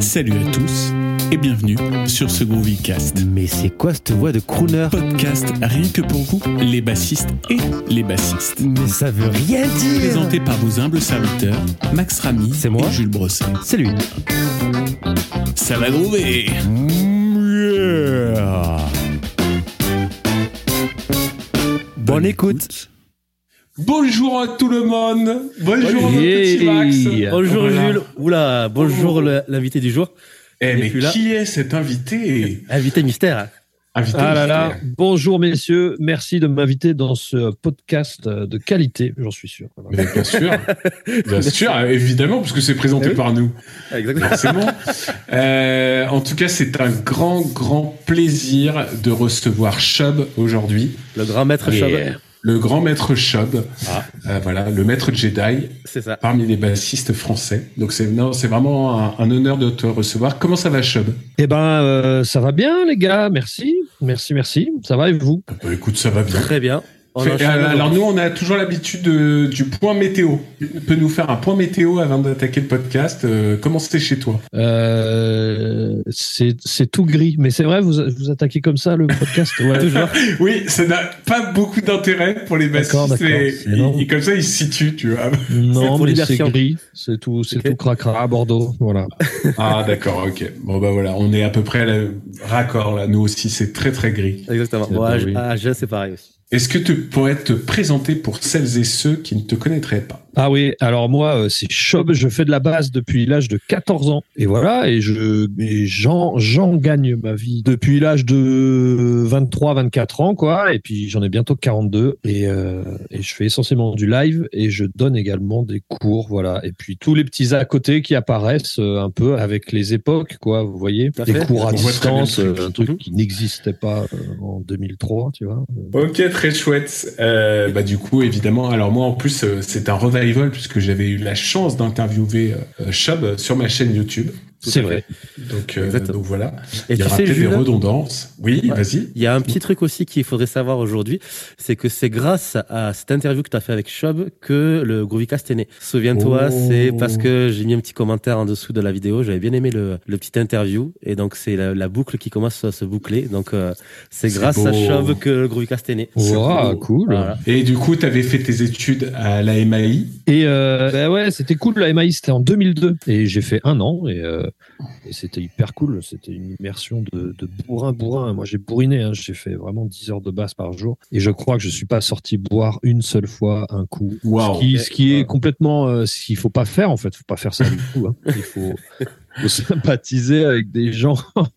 Salut à tous et bienvenue sur ce Groovycast. Mais c'est quoi cette voix de crooner? Podcast rien que pour vous, les bassistes et les bassistes. Mais ça veut rien dire. Présenté par vos humbles serviteurs, Max Ramy C'est moi. et Jules Brosset. C'est lui. Ça va groover. Yeah. Bonne écoute. Bonjour à tout le monde. Bonjour mon petit Max. Bonjour Voilà. Jules. Oula, bonjour l'invité du jour. Eh, mais puis là. qui est cet invité? Invité mystère. Invité Ah là là, mystère. bonjour messieurs, merci de m'inviter dans ce podcast de qualité, j'en suis sûr. Mais bien sûr, évidemment, parce que c'est présenté Eh oui. par nous. Exactement. Forcément. En tout cas, c'est un grand plaisir de recevoir Chubb aujourd'hui. Le grand maître Et Chubb. Le grand maître Chubb. Ah. Voilà, le maître Jedi C'est ça. parmi les bassistes français. Donc c'est vraiment un honneur de te recevoir. Comment ça va, Chubb? Eh ben, ça va bien les gars, merci, ça va et vous? Bah, écoute, ça va bien. Très bien. On Fait- enchaîne, alors donc. nous, on a toujours l'habitude du point météo. Tu peux nous faire un point météo avant d'attaquer le podcast. Comment c'était chez toi? C'est tout gris, mais c'est vrai, vous attaquez comme ça le podcast? Ouais. Toujours. Oui, ça n'a pas beaucoup d'intérêt pour les D'accord, bassistes. d'accord. Et, C'est énorme. et comme ça, ils se situent, tu vois. Non, pour mais les c'est versions. gris, c'est tout Ok. cracra à Bordeaux, voilà. Ah, d'accord, ok. Bon, bah voilà, on est à peu près raccord là. Nous aussi, c'est très gris. Exactement. C'est Bon, pas oui. à Agen, c'est pareil aussi. Est-ce que tu pourrais te présenter pour celles et ceux qui ne te connaîtraient pas? Ah oui, alors moi, c'est Chubb, je fais de la basse depuis l'âge de 14 ans. Et voilà, et j'en gagne ma vie depuis l'âge de 23, 24 ans, quoi. Et puis j'en ai bientôt 42. Et je fais essentiellement du live et je donne également des cours, voilà. Et puis tous les petits à côté qui apparaissent un peu avec les époques, quoi, vous voyez. Tout à Des fait. cours à On voit très bien distance, le truc. un truc qui n'existait pas en 2003, tu vois. Ok, très chouette. Bah du coup, évidemment, alors moi en plus, c'est un revival puisque j'avais eu la chance d'interviewer Chubb sur ma chaîne YouTube. C'est vrai. Donc Exactement. voilà. Et Il y tu aura sais, peut-être des Jules, redondances. Oui, Ouais. vas-y. il y a un petit truc aussi qu'il faudrait savoir aujourd'hui, c'est que c'est grâce à cette interview que tu as fait avec Chubb que le Groovycast est né. Souviens-toi, Oh. c'est parce que j'ai mis un petit commentaire en dessous de la vidéo, j'avais bien aimé le petit interview, et donc c'est la boucle qui commence à se boucler. Donc c'est C'est grâce à beau. Chubb que le Groovycast est né. Wow, cool. Voilà. Et du coup, tu avais fait tes études à la MAI. Et bah ouais, c'était cool. La MAI, c'était en 2002. Et j'ai fait 1 an. Et c'était hyper cool. C'était une immersion de bourrin. Moi, j'ai bourriné. Hein. J'ai fait vraiment 10 heures de basse par jour. Et je crois que je suis pas sorti boire une seule fois un coup. Waouh. Ce qui est complètement ce qu'il faut pas faire, en fait. Faut pas faire ça du tout. Hein. Il faut sympathiser avec des gens.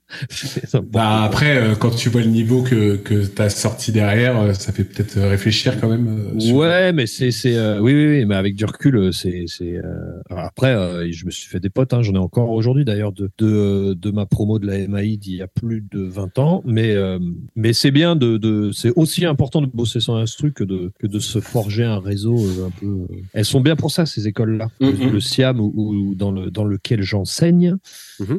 Bah après, quand tu vois le niveau que tu as sorti derrière, ça fait peut-être réfléchir quand même. Ouais, mais oui, mais avec du recul, après, je me suis fait des potes, hein, j'en ai encore aujourd'hui d'ailleurs de ma promo de la MAI d'il y a plus de 20 ans, mais c'est bien c'est aussi important de bosser son instru que de se forger un réseau un peu. Elles sont bien pour ça ces écoles-là, le SIAM ou dans lequel j'enseigne. Mhm.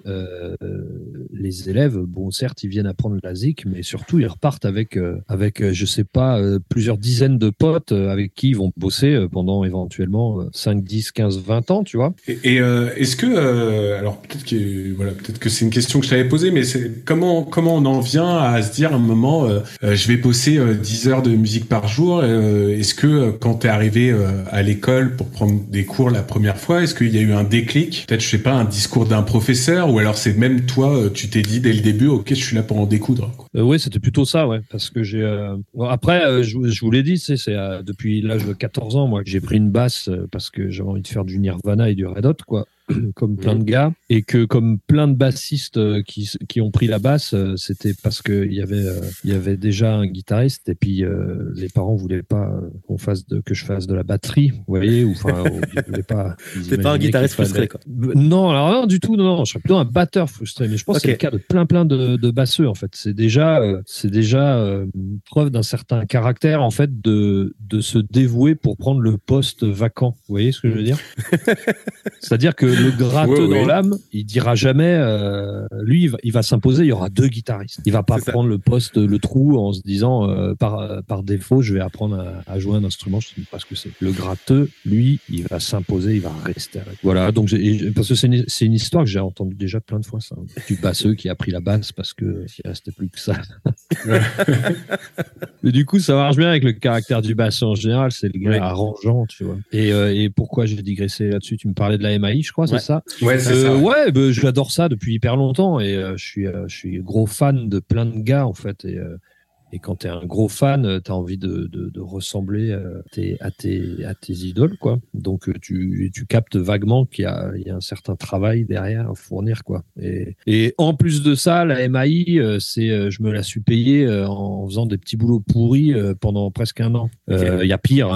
Les élèves, bon, certes, ils viennent apprendre la zik, mais surtout, ils repartent avec je sais pas, plusieurs dizaines de potes avec qui ils vont bosser pendant éventuellement 5, 10, 15, 20 ans, tu vois. Et est-ce que, alors peut-être que c'est une question que je t'avais posée, mais c'est comment on en vient à se dire à un moment, je vais bosser 10 heures de musique par jour. Est-ce que quand t'es arrivé à l'école pour prendre des cours la première fois, est-ce qu'il y a eu un déclic? Peut-être, je sais pas, un discours d'un professeur, ou alors c'est même toi, tu t'es dit dès le début, ok, je suis là pour en découdre, quoi. Oui, c'était plutôt ça, ouais, parce que après, je vous l'ai dit, c'est depuis l'âge de 14 ans, moi, que j'ai pris une basse parce que j'avais envie de faire du Nirvana et du Red Hot, quoi. Comme plein de gars, et que comme plein de bassistes qui ont pris la basse, c'était parce que il y avait déjà un guitariste, et puis les parents voulaient pas que je fasse de la batterie, vous voyez, ou enfin ils voulaient pas. T'es pas un guitariste frustré, quoi. Non, alors non du tout, non, je serais plutôt un batteur frustré, mais je pense que c'est le cas de plein de basseux, en fait. C'est déjà preuve d'un certain caractère, en fait, de se dévouer pour prendre le poste vacant. Vous voyez ce que je veux dire? C'est-à-dire que le gratteux dans l'âme, album, il dira jamais, lui, il va s'imposer, il y aura 2 guitaristes. Il va pas prendre le poste, le trou en se disant, par défaut, je vais apprendre à jouer un instrument, je sais pas ce que c'est. Le gratteux, lui, il va s'imposer, il va rester avec. Voilà, donc, parce que c'est une histoire que j'ai entendue déjà plein de fois, ça. Du basseux qui a pris la basse parce que il restait plus que ça. Mais du coup, ça marche bien avec le caractère du basseux en général, c'est le gars arrangeant, tu vois. Et pourquoi j'ai digressé là-dessus? Tu me parlais de la MAI, je crois, c'est ça? Ouais, c'est ça. Ouais, j'adore ça depuis hyper longtemps et je suis gros fan de plein de gars en fait. Et quand t'es un gros fan, t'as envie de ressembler à tes idoles, quoi. Donc tu captes vaguement qu'il y a un certain travail derrière à fournir, quoi. Et en plus de ça, la MAI, je me la suis payée en faisant des petits boulots pourris pendant presque un an. Il y a pire,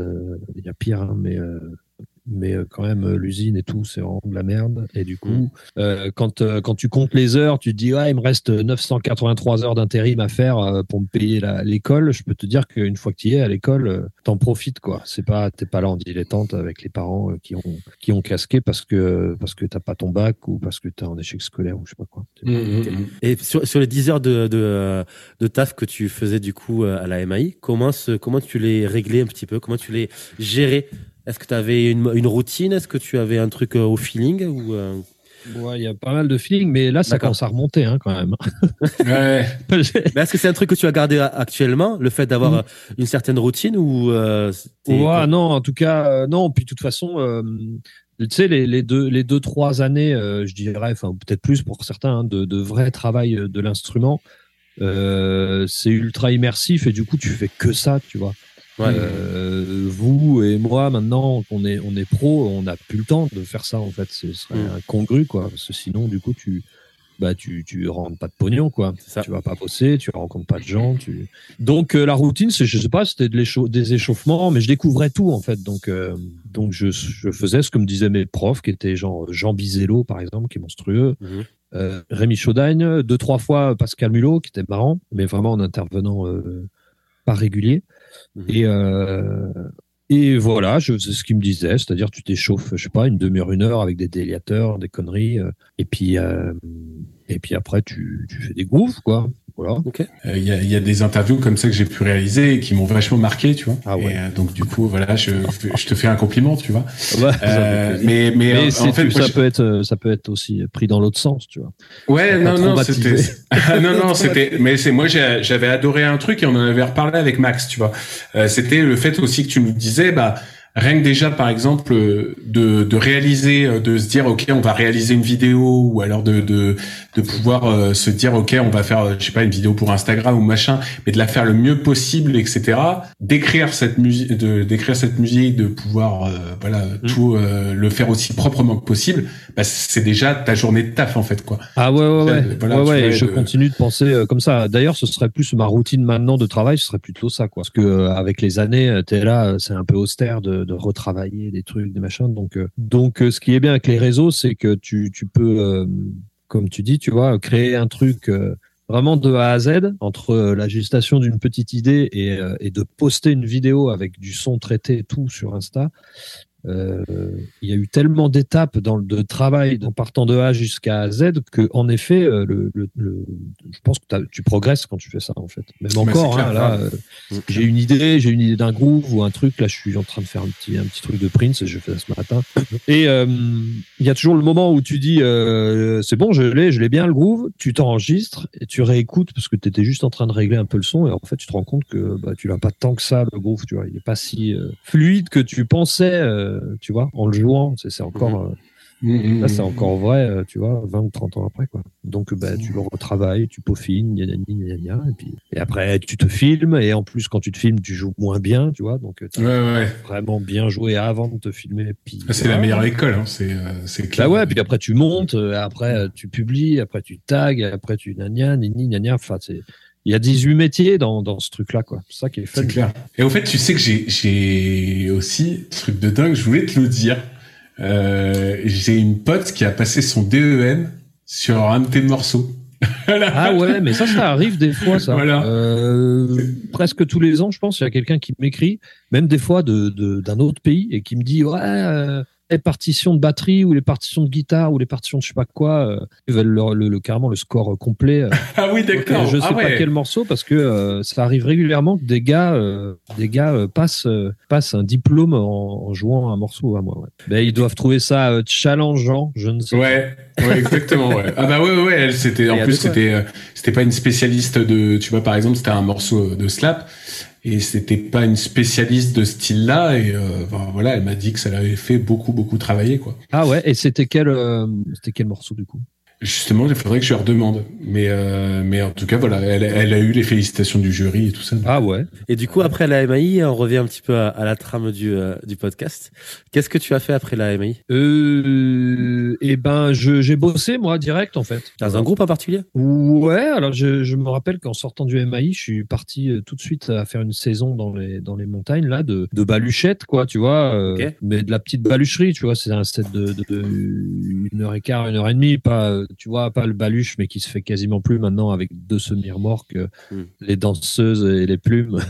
mais quand même l'usine et tout, c'est vraiment de la merde. Et du coup, quand tu comptes les heures, tu te dis il me reste 983 heures d'intérim à faire pour me payer l'école. Je peux te dire qu'une fois que tu y es à l'école, t'en profites, quoi. T'es pas là en dilettante avec les parents qui ont casqué parce que t'as pas ton bac ou parce que t'es en échec scolaire ou je sais pas quoi. Et sur les 10 heures de taf que tu faisais du coup à la MAI, comment tu les réglais un petit peu? Comment tu les gérais? Est-ce que tu avais une routine? Est-ce que tu avais un truc au feeling ou Ouais, il y a pas mal de feeling, mais là, ça commence à remonter quand même. Ouais. Mais est-ce que c'est un truc que tu as gardé actuellement, le fait d'avoir une certaine routine ou non, en tout cas, non. Puis de toute façon, tu sais, les 2-3 années, je dirais, enfin peut-être plus pour certains, de vrai travail de l'instrument, c'est ultra immersif et du coup, tu fais que ça, tu vois. Ouais. Vous et moi maintenant on est pro, on n'a plus le temps de faire ça en fait, ce serait incongru quoi, parce que sinon du coup tu rentres pas de pognon quoi, tu vas pas bosser, tu rencontres pas de gens, donc la routine c'est, je sais pas, c'était des échauffements, mais je découvrais tout en fait, donc je faisais ce que me disaient mes profs qui étaient genre Jean Bizello par exemple qui est monstrueux, Rémi Chaudagne, 2-3 fois Pascal Mulot qui était marrant, mais vraiment en intervenant pas régulier. Et voilà, c'est ce qu'il me disait, c'est-à-dire tu t'échauffes, je sais pas, une demi-heure, 1 heure avec des déliateurs, des conneries, et puis après tu fais des grooves, quoi. Voilà. Il y a des interviews comme ça que j'ai pu réaliser et qui m'ont vachement marqué, tu vois. Ah ouais. Et donc du coup, voilà, je te fais un compliment, tu vois. Ouais, mais en fait, ça peut être aussi pris dans l'autre sens, tu vois. Ouais, c'était, mais moi j'avais adoré un truc et on en avait reparlé avec Max, tu vois. C'était le fait aussi que tu nous disais, rien que déjà, par exemple, de réaliser, de se dire, ok, on va réaliser une vidéo, ou alors de pouvoir se dire, ok, on va faire, je sais pas, une vidéo pour Instagram ou machin, mais de la faire le mieux possible, etc. D'écrire cette musique, de pouvoir, tout le faire aussi proprement que possible. C'est déjà ta journée de taf en fait, quoi. Ah ouais. Je continue de penser comme ça. D'ailleurs, ce serait plus ma routine maintenant de travail, ce serait plutôt ça, quoi. Parce que avec les années, t'es là, c'est un peu austère de retravailler des trucs, des machins. Donc, ce qui est bien avec les réseaux, c'est que tu peux, comme tu dis, tu vois, créer un truc vraiment de A à Z, entre la gestation d'une petite idée et de poster une vidéo avec du son traité et tout sur Insta. Il y a eu tellement d'étapes de travail en partant de A jusqu'à Z que, en effet, je pense que tu progresses quand tu fais ça, en fait. Même encore, clair, j'ai une idée d'un groove ou un truc. Là, je suis en train de faire un petit truc de Prince, je fais ça ce matin. Et il y a toujours le moment où tu dis, c'est bon, je l'ai bien le groove. Tu t'enregistres et tu réécoutes parce que tu étais juste en train de régler un peu le son et en fait, tu te rends compte que tu l'as pas tant que ça, le groove. Tu vois, il est pas si fluide que tu pensais. Tu vois, en le jouant, c'est encore là, c'est encore vrai, tu vois, 20 ou 30 ans après, quoi. Donc tu le retravailles, tu peaufines, et après tu te filmes, et en plus quand tu te filmes tu joues moins bien, tu vois, donc tu vraiment bien joué avant de te filmer, puis c'est la meilleure école, hein, c'est clair. Bah ouais, puis après tu montes, après tu publies, après tu tags, après tu enfin il y a 18 métiers dans ce truc-là, quoi. C'est ça qui est fun. C'est clair. Et au fait, tu sais que j'ai aussi truc de dingue, je voulais te le dire. J'ai une pote qui a passé son DEM sur un de tes morceaux. Ah ouais, mais ça arrive des fois, ça. Voilà. Presque tous les ans, je pense, il y a quelqu'un qui m'écrit, même des fois d'un autre pays, et qui me dit les partitions de batterie ou les partitions de guitare ou les partitions de je sais pas quoi, ils veulent carrément le score complet. Ah oui, d'accord. Je sais pas quel morceau parce que ça arrive régulièrement que des gars passent un diplôme en jouant un morceau à moi. Ouais. Ben, ils doivent trouver ça challengeant, je ne sais pas. Ouais, exactement. Ouais. Ah bah ouais, elle c'était en plus c'était pas une spécialiste de, tu vois, par exemple, c'était un morceau de slap. Et c'était pas une spécialiste de ce style-là, et voilà, elle m'a dit que ça l'avait fait beaucoup travailler, quoi. Ah ouais, et c'était quel morceau du coup? Justement, il faudrait que je leur demande. Mais en tout cas, voilà, elle a eu les félicitations du jury et tout ça. Ah ouais. Et du coup, après la MAI, on revient un petit peu à la trame du podcast. Qu'est-ce que tu as fait après la MAI? Eh ben, j'ai bossé, moi, direct, en fait. Dans un groupe en particulier? Ouais, alors je me rappelle qu'en sortant du MAI, je suis parti tout de suite à faire une saison dans les montagnes, là, de baluchette, quoi, tu vois. Okay. Mais de la petite balucherie, tu vois, c'est un set de 1h15, 1h30, pas, tu vois, pas le baluche, mais qui se fait quasiment plus maintenant avec 2 semi-remorques, les danseuses et les plumes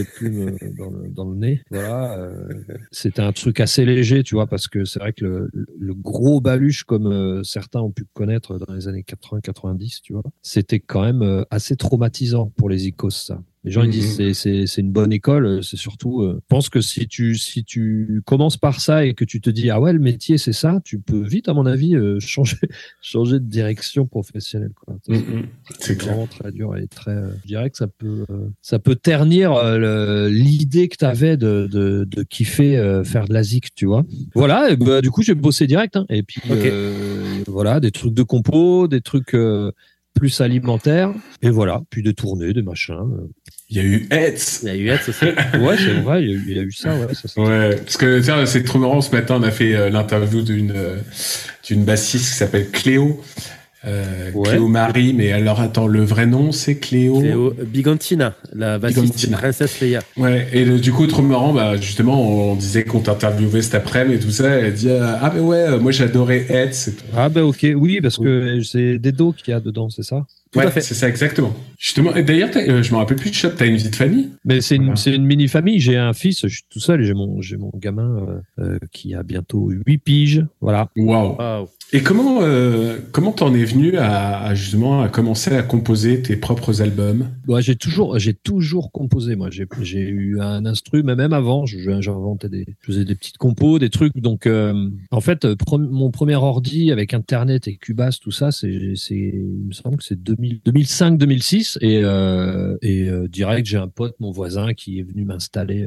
dans le nez. Voilà. C'était un truc assez léger, tu vois, parce que c'est vrai que le gros baluche, comme certains ont pu connaître dans les années 80-90, tu vois, c'était quand même assez traumatisant pour les icos, ça. Les gens ils disent c'est une bonne école, c'est surtout je pense que si tu commences par ça et que tu te dis ah ouais le métier c'est ça, tu peux vite à mon avis changer de direction professionnelle quoi. C'est vraiment très dur et très je dirais que ça peut ternir l'idée que tu avais de kiffer faire de la zik, tu vois. Voilà, et bah, du coup j'ai bossé direct hein, et puis voilà, des trucs de compo, des trucs plus alimentaires et voilà, puis des tournées, des machins. Il y a eu Hetz. Il y a eu Hetz aussi. Ouais, c'est vrai, il y a eu ça, ouais. Ça, ouais, parce que c'est trop marrant, ce matin, on a fait l'interview d'une bassiste qui s'appelle Cléo. Cléo Marie, mais alors attends, le vrai nom c'est Cléo Bigantina, la bassiste Princesse Leia. Ouais, et du coup trop marrant, bah justement on disait qu'on t'interviewait cet après-midi et tout ça, elle dit ah ben ouais, moi j'adorais Hetz. Ah ben ok, oui parce que c'est des dos qu'il y a dedans, c'est ça. Ouais, c'est ça exactement. Justement, et d'ailleurs, je me rappelle plus de Chop, t'as une vie de famille? Mais c'est une mini famille. J'ai un fils, je suis tout seul et j'ai mon gamin qui a bientôt 8 piges. Voilà. Waouh. Et comment t'en es venu à justement à commencer à composer tes propres albums? Ouais, j'ai toujours composé. Moi, j'ai eu un instru, mais même avant, j'inventais je faisais des petites compos, des trucs. Donc, en fait, mon premier ordi avec Internet et Cubase, tout ça, il me semble que c'est 2005-2006 et direct j'ai un pote, mon voisin, qui est venu m'installer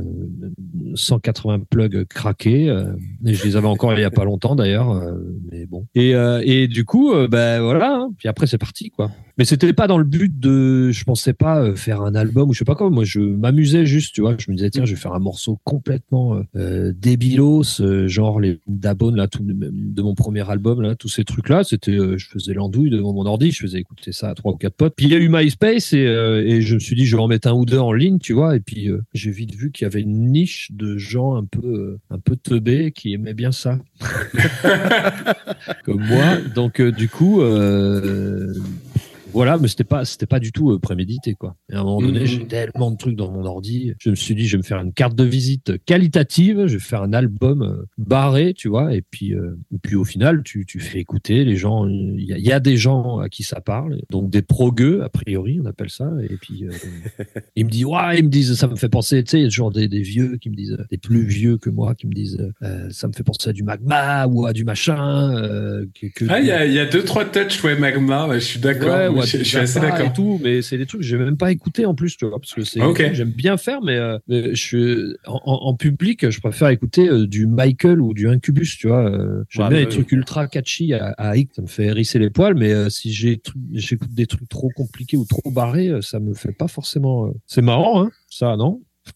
180 plugs craqués et je les avais encore il y a pas longtemps d'ailleurs mais bon et du coup ben voilà hein. Puis après c'est parti quoi. Mais c'était pas dans le but je pensais pas faire un album ou je sais pas quoi. Moi je m'amusais juste, tu vois, je me disais tiens je vais faire un morceau complètement débilos, genre les Dabone là, tout de mon premier album là, tous ces trucs là, c'était je faisais l'andouille devant mon ordi, je faisais écouter ça à 3 ou 4 potes. Puis il y a eu MySpace et je me suis dit je vais en mettre un ou deux en ligne, tu vois, et puis j'ai vite vu qu'il y avait une niche de gens un peu teubés qui aimaient bien ça. Comme moi. Donc du coup voilà, mais c'était pas du tout prémédité quoi. Et à un moment donné, j'ai tellement de trucs dans mon ordi, je me suis dit je vais me faire une carte de visite qualitative, je vais faire un album barré, tu vois, et puis au final tu fais écouter les gens, il y a des gens à qui ça parle, donc des progueux a priori, on appelle ça, et puis ils me disent ça me fait penser, tu sais, il y a toujours des vieux qui me disent, des plus vieux que moi qui me disent ça me fait penser à du Magma ou à du machin il y a 2-3 touches ouais Magma, je suis d'accord. Ouais, je suis assez d'accord. Et tout, mais c'est des trucs que j'ai même pas écouté en plus, tu vois, parce que c'est des trucs que j'aime bien faire, mais je suis en public, je préfère écouter du Michael ou du Incubus, tu vois. J'aime bien les trucs ultra catchy à Hic, ça me fait hérisser les poils, mais si j'écoute des trucs trop compliqués ou trop barrés, ça me fait pas forcément. C'est marrant, hein, ça, non?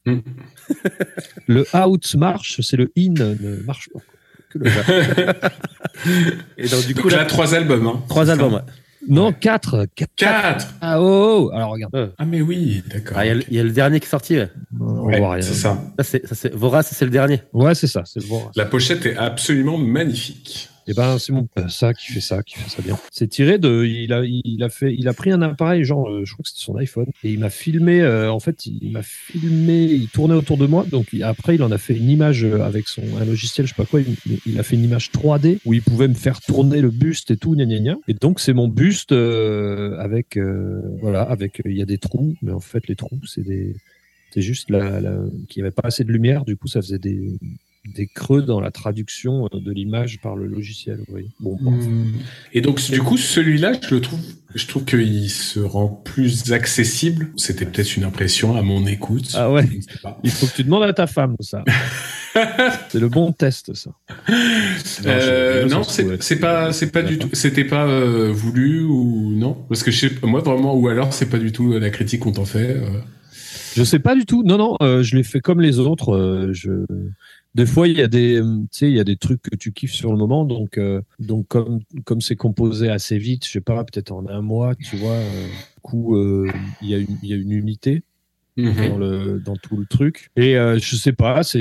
Le out marche, c'est le in ne marche pas. Que le Et donc du coup là 3 albums, hein. 3 albums, ouais. Non, 4. Ah oh, alors regarde. Ah mais oui, d'accord. Il y a le dernier qui est sorti. Ouais. On voit rien. C'est ça. Ça c'est Vorace, c'est le dernier. Ouais, c'est ça, c'est le Vorace. La pochette est absolument magnifique. Et ben c'est mon ça qui fait ça bien. C'est tiré de, il a pris un appareil genre, je crois que c'était son iPhone et il m'a filmé. En fait, il tournait autour de moi. Donc après, il en a fait une image avec un logiciel, je sais pas quoi. Il a fait une image 3D où il pouvait me faire tourner le buste et tout, gna gna gna. Et donc c'est mon buste avec il y a des trous, mais en fait les trous c'est juste qu'il n'y avait pas assez de lumière, du coup ça faisait des creux dans la traduction de l'image par le logiciel. Vous voyez. Bon, Et donc du coup celui-là, je trouve qu'il se rend plus accessible. C'était peut-être une impression à mon écoute. Ah ouais. Il faut que tu demandes à ta femme ça. C'est le bon test ça. Non, c'est pas du tout. C'était pas voulu ou non? Parce que moi vraiment, ou alors c'est pas du tout la critique qu'on t'en fait. Je sais pas du tout. Non, je l'ai fait comme les autres. Des fois, il y a des trucs que tu kiffes sur le moment, donc comme c'est composé assez vite, je sais pas, peut-être en un mois, tu vois, il y a une unité dans tout le truc. Et je sais pas, c'est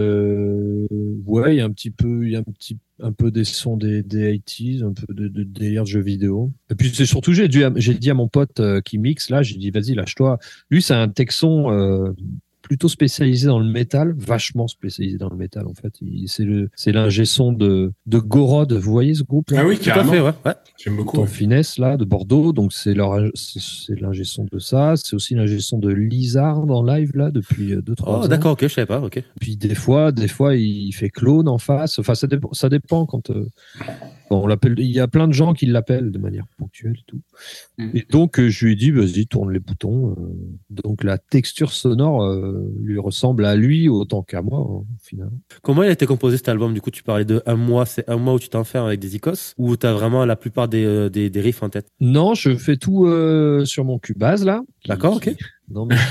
il y a un peu des sons des 80s, un peu de délire de jeux vidéo. Et puis c'est surtout j'ai dit à mon pote qui mixe là, j'ai dit vas-y lâche-toi. Lui c'est un texon plutôt spécialisé dans le métal, vachement spécialisé dans le métal en fait. C'est l'ingé son de Gorod, vous voyez ce groupe là? Ah oui, carrément. Tout à fait, ouais. J'aime beaucoup. En finesse là de Bordeaux, donc c'est l'ingé son de ça, c'est aussi l'ingé son de Lizard en live là depuis 2-3 ans. Oh d'accord, ok, je savais pas, ok. Puis des fois il fait clone en face, enfin ça dépend quand on l'appelle, il y a plein de gens qui l'appellent de manière ponctuelle et tout. Et donc je lui ai dit vas-y tourne les boutons. Donc la texture sonore lui ressemble à lui autant qu'à moi au final. Comment il a été composé cet album? Du coup, tu parlais de un mois, c'est un mois où tu t'enfermes avec des icos, ou t'as vraiment la plupart des riffs en tête? Non, je fais tout sur mon Cubase là. D'accord, ok. Non, mais...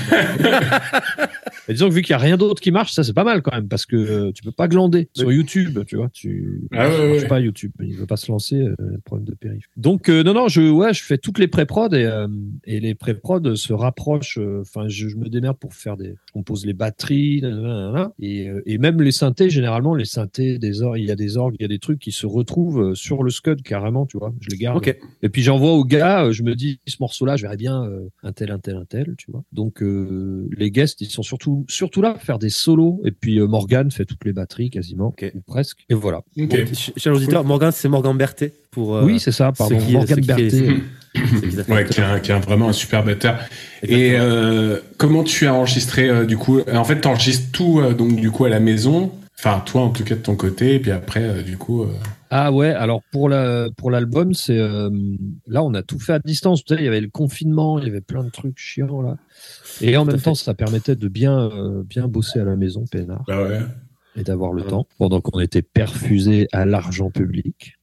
Et disons que vu qu'il n'y a rien d'autre qui marche, ça c'est pas mal quand même parce que tu peux pas glander sur YouTube, tu vois. Marche pas YouTube, il veut pas se lancer, problème de périph. Donc non, je fais toutes les pré-prod et les pré-prod se rapprochent. Enfin, je me démerde pour faire je compose les batteries, et même les synthés. Généralement, les synthés, il y a des orgues, il y a des trucs qui se retrouvent sur le Scud carrément, tu vois. Je les garde. Ok. Et puis j'envoie au gars. Je me dis ce morceau-là, je verrais bien un tel, tu vois. Donc les guests, ils sont surtout là pour faire des solos. Et puis Morgan fait toutes les batteries quasiment, ou presque. Et voilà. Okay. Bon, cher auditeur, Morgan, c'est Morgan Berthet pour. Oui, c'est ça. Pardon, Morgan Berthet. Ouais, qui est vraiment un super batteur. Et comment tu as enregistré du coup? En fait, t'enregistres tout donc du coup à la maison. Enfin, toi en tout cas de ton côté, et puis après du coup. Ah ouais, alors pour l'album, c'est là on a tout fait à distance. Tu sais, il y avait le confinement, il y avait plein de trucs chiants là. Et en même temps, ça permettait de bien bosser à la maison, peinard. Bah ouais. Et d'avoir le temps pendant qu'on était perfusé à l'argent public.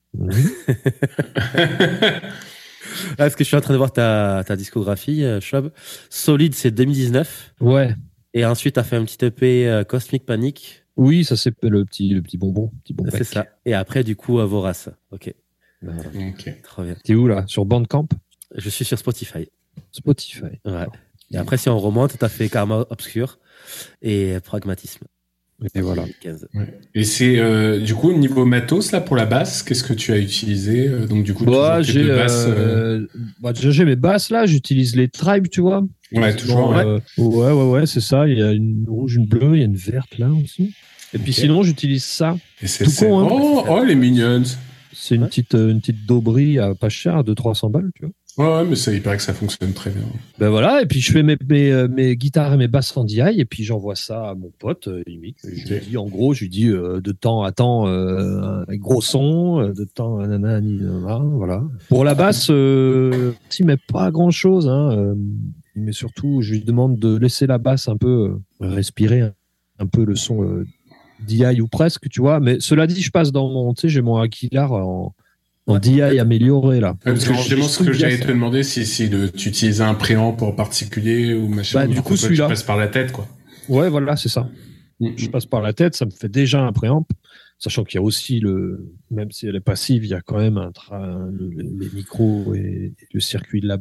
Est-ce que je suis en train de voir ta discographie, Chob? Solide, c'est 2019. Ouais. Et ensuite, t'as fait un petit EP Cosmic Panic. Oui, ça c'est le petit bonbon. C'est ça. Et après, du coup, Vorace. Ok. Voilà. Ok. Trop bien. T'es où là? Sur Bandcamp? Je suis sur Spotify. Ouais. Et après, si on remonte, t'as fait Karma Obscur et Pragmatisme. Et voilà. 2015. Ouais. Et c'est du coup au niveau matos là pour la basse, qu'est-ce que tu as utilisé? Donc du coup j'ai j'ai mes basses là, j'utilise les Tribes, tu vois. Ouais, toujours. Ouais, c'est ça. Il y a une rouge, une bleue, il y a une verte là aussi. Et puis sinon, j'utilise ça. Et tout con, hein. Oh, les mignonnes. C'est une petite Dobry à pas cher, à 200-300 balles, tu vois. Ouais, mais ça, il paraît que ça fonctionne très bien. Ben voilà, et puis je fais mes guitares et mes basses en DI, et puis j'envoie ça à mon pote, limite. Je lui dis de temps à temps un gros son, de temps à voilà. Pour la basse, il met pas grand chose, hein, mais surtout, je lui demande de laisser la basse un peu respirer un peu le son DI ou presque, tu vois. Mais cela dit, je passe j'ai mon Aguilar en DI amélioré là. Parce que justement, ce que j'allais te demander, si tu utilisais un préamp en particulier ou machin. Bah, du coup, celui-là. Tu passes par la tête, quoi. Ouais, voilà, c'est ça. Je passe par la tête, ça me fait déjà un préamp, sachant qu'il y a aussi même si elle est passive, il y a quand même les micros et le circuit de la basse.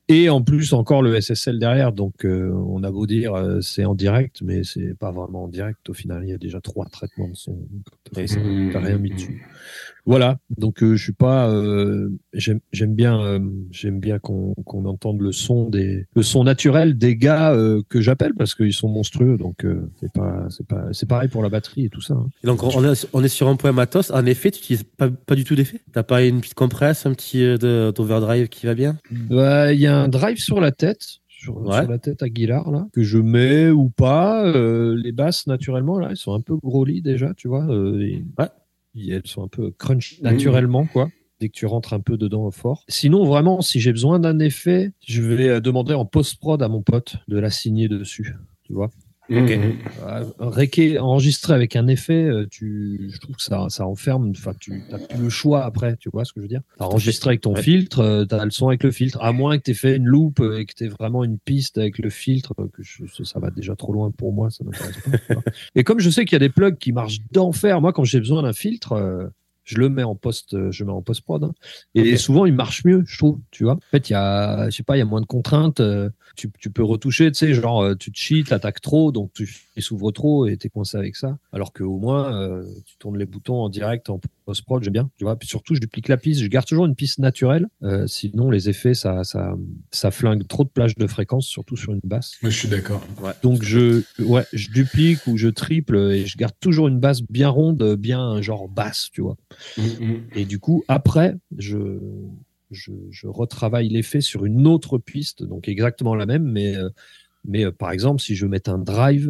Et en plus, encore le SSL derrière. Donc, on a beau dire c'est en direct, mais c'est pas vraiment en direct. Au final, il y a déjà 3 traitements de son. T'as rien mis dessus. Voilà. Donc, je suis pas. J'aime bien qu'on entende le son naturel des gars que j'appelle parce qu'ils sont monstrueux. Donc, c'est pareil pour la batterie et tout ça. Hein. Et donc, on est sur un point matos. En effet, tu n'utilises pas du tout d'effet. T'as pas une petite compresse, un petit d'overdrive qui va bien? Bah, il y a un drive sur la tête. Sur la tête Aguilar là que je mets ou pas. Les basses naturellement là, elles sont un peu growly déjà, tu vois. Elles sont un peu crunch naturellement quoi. Dès que tu rentres un peu dedans fort. Sinon vraiment, si j'ai besoin d'un effet, je vais demander en post-prod à mon pote de la signer dessus, tu vois. Ok. Enregistrer avec un effet, je trouve que ça enferme. Enfin, tu n'as plus le choix après. Tu vois ce que je veux dire? Enregistrer avec ton filtre, tu as le son avec le filtre. À moins que tu aies fait une loop et que tu aies vraiment une piste avec le filtre, ça va déjà trop loin pour moi. Ça m'intéresse pas. Et comme je sais qu'il y a des plugs qui marchent d'enfer, moi, quand j'ai besoin d'un filtre, je mets en post-prod. Hein. Et souvent, il marche mieux, je trouve. Tu vois. En fait, il y a moins de contraintes. Tu peux retoucher, tu sais, genre, tu te cheats, l'attaques trop, donc tu s'ouvres trop et t'es coincé avec ça. Alors qu'au moins, tu tournes les boutons en direct, en post-prod, j'aime bien. Tu vois. Puis surtout, je duplique la piste. Je garde toujours une piste naturelle. Sinon, les effets, ça flingue trop de plages de fréquences, surtout sur une basse. Moi, je suis d'accord. Ouais. Donc, je duplique ou je triple et je garde toujours une basse bien ronde, bien genre basse, tu vois. Et du coup, après, je retravaille l'effet sur une autre piste, donc exactement la même, mais par exemple, si je mets un drive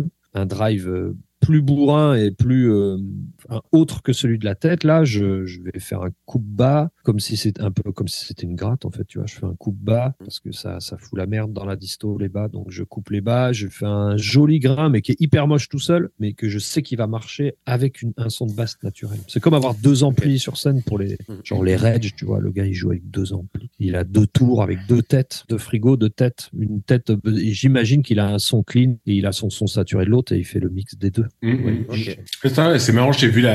plus bourrin et plus autre que celui de la tête, là, je vais faire un coupe bas, comme si c'était un peu comme si c'était une gratte, en fait, tu vois. Je fais un coupe bas parce que ça fout la merde dans la disto, les bas, donc je coupe les bas, je fais un joli grain, mais qui est hyper moche tout seul, mais que je sais qu'il va marcher avec un son de basse naturel. C'est comme avoir 2 amplis sur scène pour les Rage, tu vois. Le gars, il joue avec 2 amplis. Il a 2 tours avec 2 têtes, 2 frigos, 2 têtes. Une tête, et j'imagine qu'il a un son clean et il a son son saturé de l'autre et il fait le mix des 2. Okay. C'est marrant, j'ai vu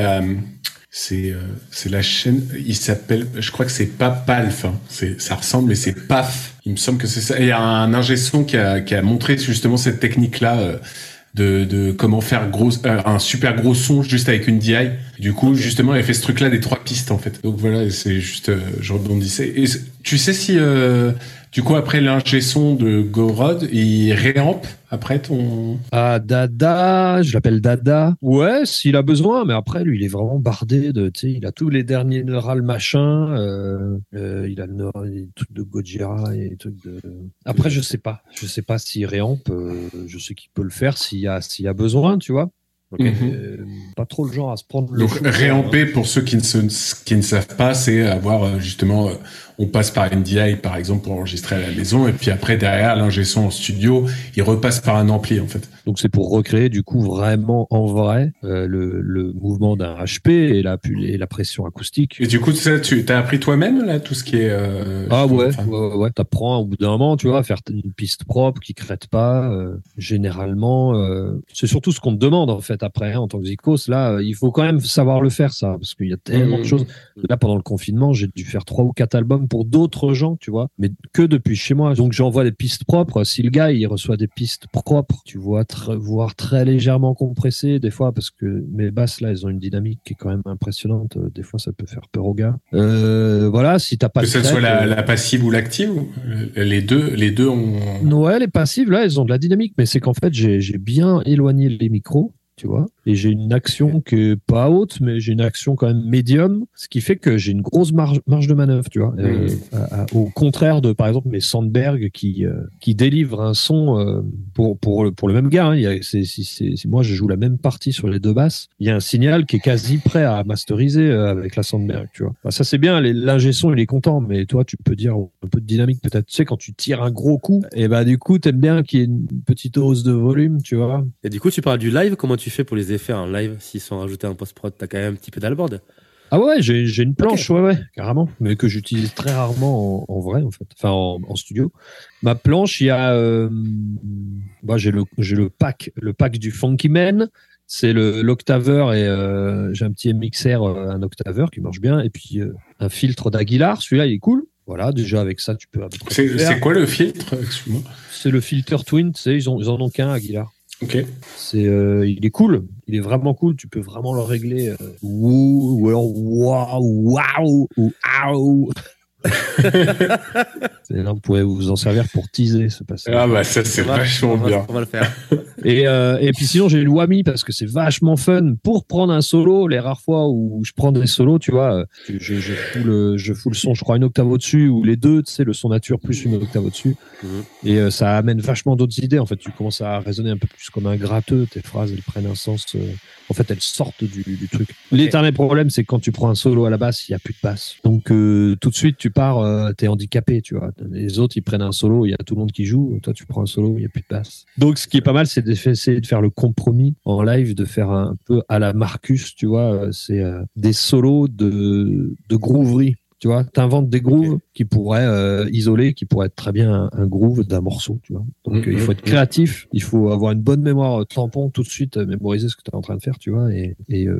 c'est la chaîne, il s'appelle, je crois que c'est pas PALF, hein. Ça ressemble, mais c'est PAF. Il me semble que c'est ça. Et il y a un ingé son qui a montré justement cette technique-là, de comment faire un super gros son juste avec une DI. Du coup, justement, il a fait ce truc-là des 3 pistes, en fait. Donc voilà, c'est juste, je rebondissais. Et tu sais si, du coup, après l'ingé son de Gorod, il réamp après ton... Ah, Dada, je l'appelle Dada. Ouais, s'il a besoin, mais après, lui, il est vraiment bardé de, tu sais, il a tous les derniers neural machin, il a les trucs de Gojira et les trucs de... Après, je sais pas s'il réamp, je sais qu'il peut le faire s'il y a besoin, tu vois. Okay. Pas trop le genre à se prendre le... Donc, réamper, pour ceux qui ne savent pas, c'est avoir, justement, on passe par NDI, par exemple, pour enregistrer à la maison, et puis après, derrière, l'ingé son en studio, il repasse par un ampli, en fait. Donc, c'est pour recréer, du coup, vraiment, en vrai, le mouvement d'un HP et la pression acoustique. Et du coup, tu t'as appris toi-même, là, tout ce qui est... ouais, t'apprends au bout d'un moment, tu vois, à faire une piste propre qui crête pas, généralement, c'est surtout ce qu'on te demande, en fait, après, en tant que zikos, là, il faut quand même savoir le faire, ça, parce qu'il y a tellement de choses. Là, pendant le confinement, j'ai dû faire 3 ou 4 albums pour d'autres gens, tu vois, mais que depuis chez moi. Donc, j'envoie des pistes propres. Si le gars, il reçoit des pistes propres, tu vois, voire très légèrement compressées, des fois, parce que mes basses, là, elles ont une dynamique qui est quand même impressionnante. Des fois, ça peut faire peur aux gars. Voilà, si t'as pas que ça soit la passive ou l'active, les deux ont... Ouais, les passives, là, elles ont de la dynamique, mais c'est qu'en fait, j'ai bien éloigné les micros, tu vois, et j'ai une action qui est pas haute, mais j'ai une action quand même médium, ce qui fait que j'ai une grosse marge de manœuvre, tu vois, au contraire de, par exemple, mes Sandberg qui délivrent un son pour le même gars, hein, moi je joue la même partie sur les 2 basses, il y a un signal qui est quasi prêt à masteriser avec la Sandberg, tu vois. Bah, ça c'est bien, l'ingé son il est content, mais toi tu peux dire un peu de dynamique peut-être, tu sais, quand tu tires un gros coup, et bah du coup t'aimes bien qu'il y ait une petite hausse de volume, tu vois. Et du coup, tu parles du live, comment tu fais pour les effets en live s'ils sont rajoutés en post-prod? T'as quand même un petit pédalboard. Ah ouais, j'ai une planche, okay. Ouais, carrément, mais que j'utilise très rarement en vrai, en fait, enfin en studio. Ma planche, il y a, j'ai le pack du Funky Man, c'est l'octaveur et j'ai un petit mixer, un octaveur qui marche bien, et puis un filtre d'Aguilar, celui-là il est cool. Voilà, déjà avec ça, tu peux à peu près faire. C'est quoi le filtre? Excuse-moi. C'est le filter Twin, tu sais, ils en ont qu'un, Aguilar. Ok. Il est cool, il est vraiment cool. Tu peux vraiment le régler ou alors waouh ou waouh. Là, vous pourrez vous en servir pour teaser ce passage. Ah bah ça c'est vachement bien. On va le faire. Et puis sinon j'ai le Whammy parce que c'est vachement fun pour prendre un solo. Les rares fois où je prends des solos, tu vois, je fous le son, je crois une octave au-dessus ou les deux, tu sais, le son nature plus une octave au-dessus. Et ça amène vachement d'autres idées. En fait, tu commences à résonner un peu plus comme un gratteux. Tes phrases elles prennent un sens. En fait, elles sortent du truc. L'éternel problème, c'est que quand tu prends un solo à la basse, il y a plus de basse. Donc tout de suite, tu pars, t'es handicapé, tu vois. Les autres, ils prennent un solo, il y a tout le monde qui joue. Toi, tu prends un solo, il y a plus de basse. Donc, ce qui est pas mal, c'est d'essayer de faire le compromis en live, de faire un peu à la Marcus, tu vois. C'est des solos de grooverie. Tu vois, t'inventes des grooves qui pourraient isoler, qui pourraient être très bien un groove d'un morceau, tu vois. Donc il faut être créatif, il faut avoir une bonne mémoire tampon tout de suite, mémoriser ce que tu es en train de faire, tu vois. Et